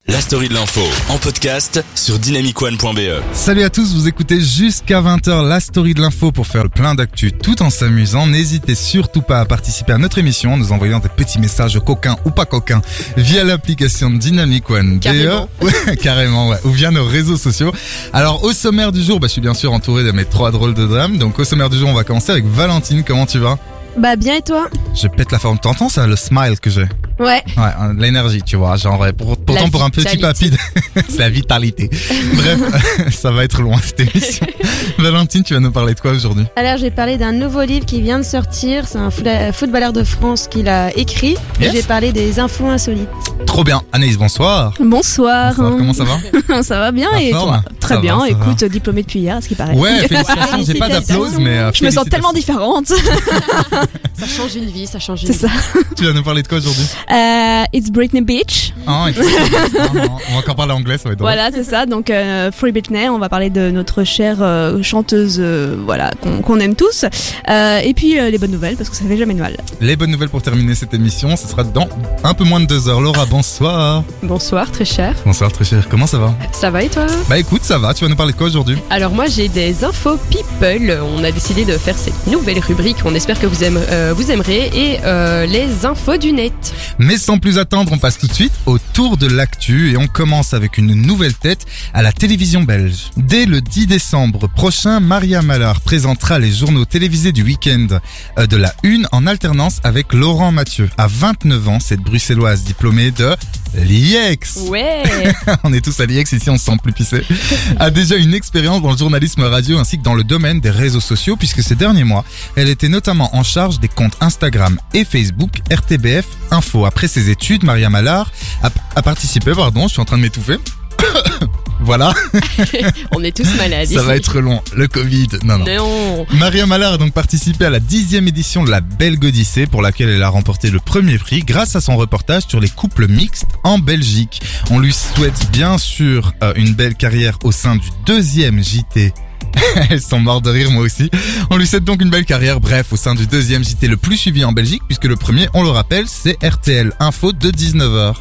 La story de l'info en podcast sur dynamicone.be. Salut à tous, vous écoutez jusqu'à 20h la story de l'info pour faire le plein d'actu tout en s'amusant. N'hésitez surtout pas à participer à notre émission en nous envoyant des petits messages coquins ou pas coquins via l'application Dynamic One. Carrément. Carrément, ouais. Ou via nos réseaux sociaux. Alors au sommaire du jour, je suis bien sûr entouré de mes 3 drôles de dames. Donc au sommaire du jour, on va commencer avec Valentine. Comment tu vas? Bah bien, et toi? Je pète la forme. T'entends ça, le smile que j'ai? Ouais. Ouais, l'énergie, tu vois, genre pourtant pour un petit papy, c'est la vitalité. Bref, ça va être loin cette émission. Valentine, tu vas nous parler de quoi aujourd'hui? Alors j'ai parlé d'un nouveau livre qui vient de sortir, c'est un footballeur de France qui l'a écrit. Yes. Et j'ai parlé des infos insolites. Trop bien. Anaïs, bonsoir. Bonsoir. Comment ça va? Ça va bien La et forme? toi? Très Ça bien, va, ça écoute, diplômée depuis hier, à ce qui paraît. Ouais, félicitations, j'ai pas d'applause, mais Je me sens tellement différente. Ça change une vie, ça change une C'est vie. ça. Tu vas nous parler de quoi aujourd'hui? It's Britney Beach. Oh, non, on va encore parler anglais, ça va être drôle. Voilà, c'est ça. Donc Free Britney, on va parler de notre chère chanteuse, voilà, qu'on aime tous. Et puis les bonnes nouvelles, parce que ça fait jamais de mal. Les bonnes nouvelles pour terminer cette émission, ce sera dans un peu moins de 2 heures. Laura, bonsoir. Bonsoir très cher, Bonsoir très cher, comment ça va? ça va et toi? Bah écoute, ça va, tu vas nous parler de quoi aujourd'hui? Alors moi j'ai des infos people, on a décidé de faire cette nouvelle rubrique, on espère que vous aimerez, et les infos du net. Mais sans plus attendre, on passe tout de suite au tour de l'actu et on commence avec une nouvelle tête à la télévision belge. Dès le 10 décembre prochain, Maria Mallard présentera les journaux télévisés du week-end de la Une en alternance avec Laurent Mathieu. À 29 ans, cette bruxelloise diplômée de l'IEX. Ouais. On est tous à l'IEX ici, on se sent plus pissé. A déjà une expérience dans le journalisme radio ainsi que dans le domaine des réseaux sociaux puisque ces derniers mois, elle était notamment en charge des comptes Instagram et Facebook RTBF Info. Après ses études, Maria Mallard a participé, je suis en train de m'étouffer. Voilà, On est tous malades ça ici. va être long, le Covid. Non. Non. Maria Mallard a donc participé à la 10e édition de la Belge Odyssée pour laquelle elle a remporté le premier prix grâce à son reportage sur les couples mixtes en Belgique. On lui souhaite bien sûr une belle carrière au sein du 2e JT. Elles sont mortes de rire, moi aussi. On lui souhaite donc une belle carrière, bref, au sein du 2e JT le plus suivi en Belgique, puisque le premier, on le rappelle, c'est RTL Info de 19h.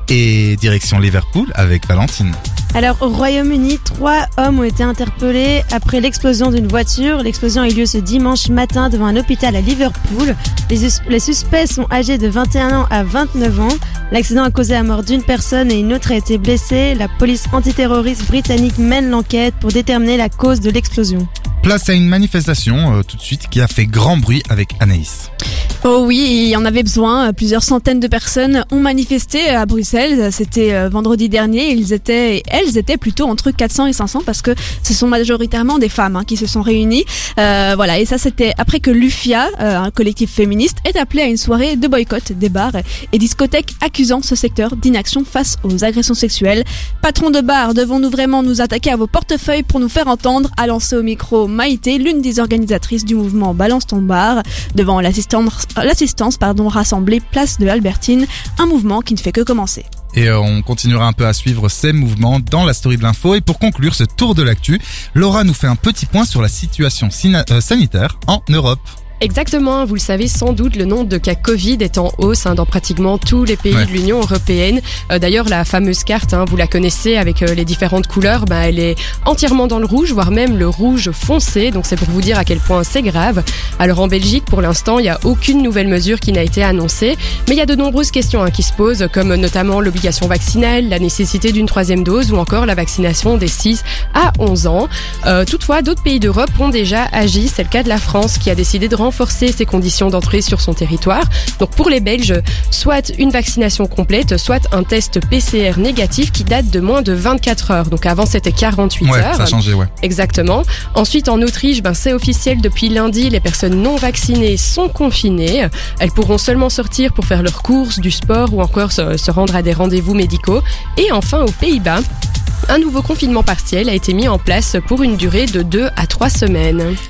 Et direction Liverpool avec Valentine. Alors au Royaume-Uni, 3 hommes ont été interpellés après l'explosion d'une voiture. L'explosion a eu lieu ce dimanche matin devant un hôpital à Liverpool. Les suspects sont âgés de 21 ans à 29 ans. L'accident a causé la mort d'une personne et une autre a été blessée. La police antiterroriste britannique mène l'enquête pour déterminer la cause de l'explosion. Place à une manifestation tout de suite qui a fait grand bruit avec Anaïs. Oh oui, il y en avait besoin. Plusieurs centaines de personnes ont manifesté à Bruxelles. C'était vendredi dernier. Elles étaient plutôt entre 400 et 500 parce que ce sont majoritairement des femmes qui se sont réunies. Voilà, et ça c'était après que l'UFIA, un collectif féministe, est appelé à une soirée de boycott des bars et discothèques accusant ce secteur d'inaction face aux agressions sexuelles. Patron de bar, devons-nous vraiment nous attaquer à vos portefeuilles pour nous faire entendre, a lancé au micro Maïté, l'une des organisatrices du mouvement Balance ton bar, devant l'assistance rassemblée place de l'Albertine, un mouvement qui ne fait que commencer. Et on continuera un peu à suivre ces mouvements dans la story de l'info. Et pour conclure ce tour de l'actu, Laura nous fait un petit point sur la situation sanitaire en Europe. Exactement, vous le savez sans doute, le nombre de cas Covid est en hausse dans pratiquement tous les pays de l'Union européenne. D'ailleurs, la fameuse carte, vous la connaissez avec les différentes couleurs, elle est entièrement dans le rouge, voire même le rouge foncé. Donc c'est pour vous dire à quel point c'est grave. Alors en Belgique, pour l'instant, il n'y a aucune nouvelle mesure qui n'a été annoncée. Mais il y a de nombreuses questions qui se posent, comme notamment l'obligation vaccinale, la nécessité d'une 3e dose ou encore la vaccination des 6 à 11 ans. Toutefois, d'autres pays d'Europe ont déjà agi. C'est le cas de la France qui a décidé de renforcer ses conditions d'entrée sur son territoire. Donc pour les Belges, soit une vaccination complète, soit un test PCR négatif qui date de moins de 24 heures. Donc avant c'était 48 heures. Ouais, ça a changé, ouais. Exactement. Ensuite en Autriche, c'est officiel, depuis lundi, les personnes non vaccinées sont confinées. Elles pourront seulement sortir pour faire leurs courses, du sport ou encore se rendre à des rendez-vous médicaux. Et enfin aux Pays-Bas, un nouveau confinement partiel a été mis en place pour une durée de 2 à 3 semaines.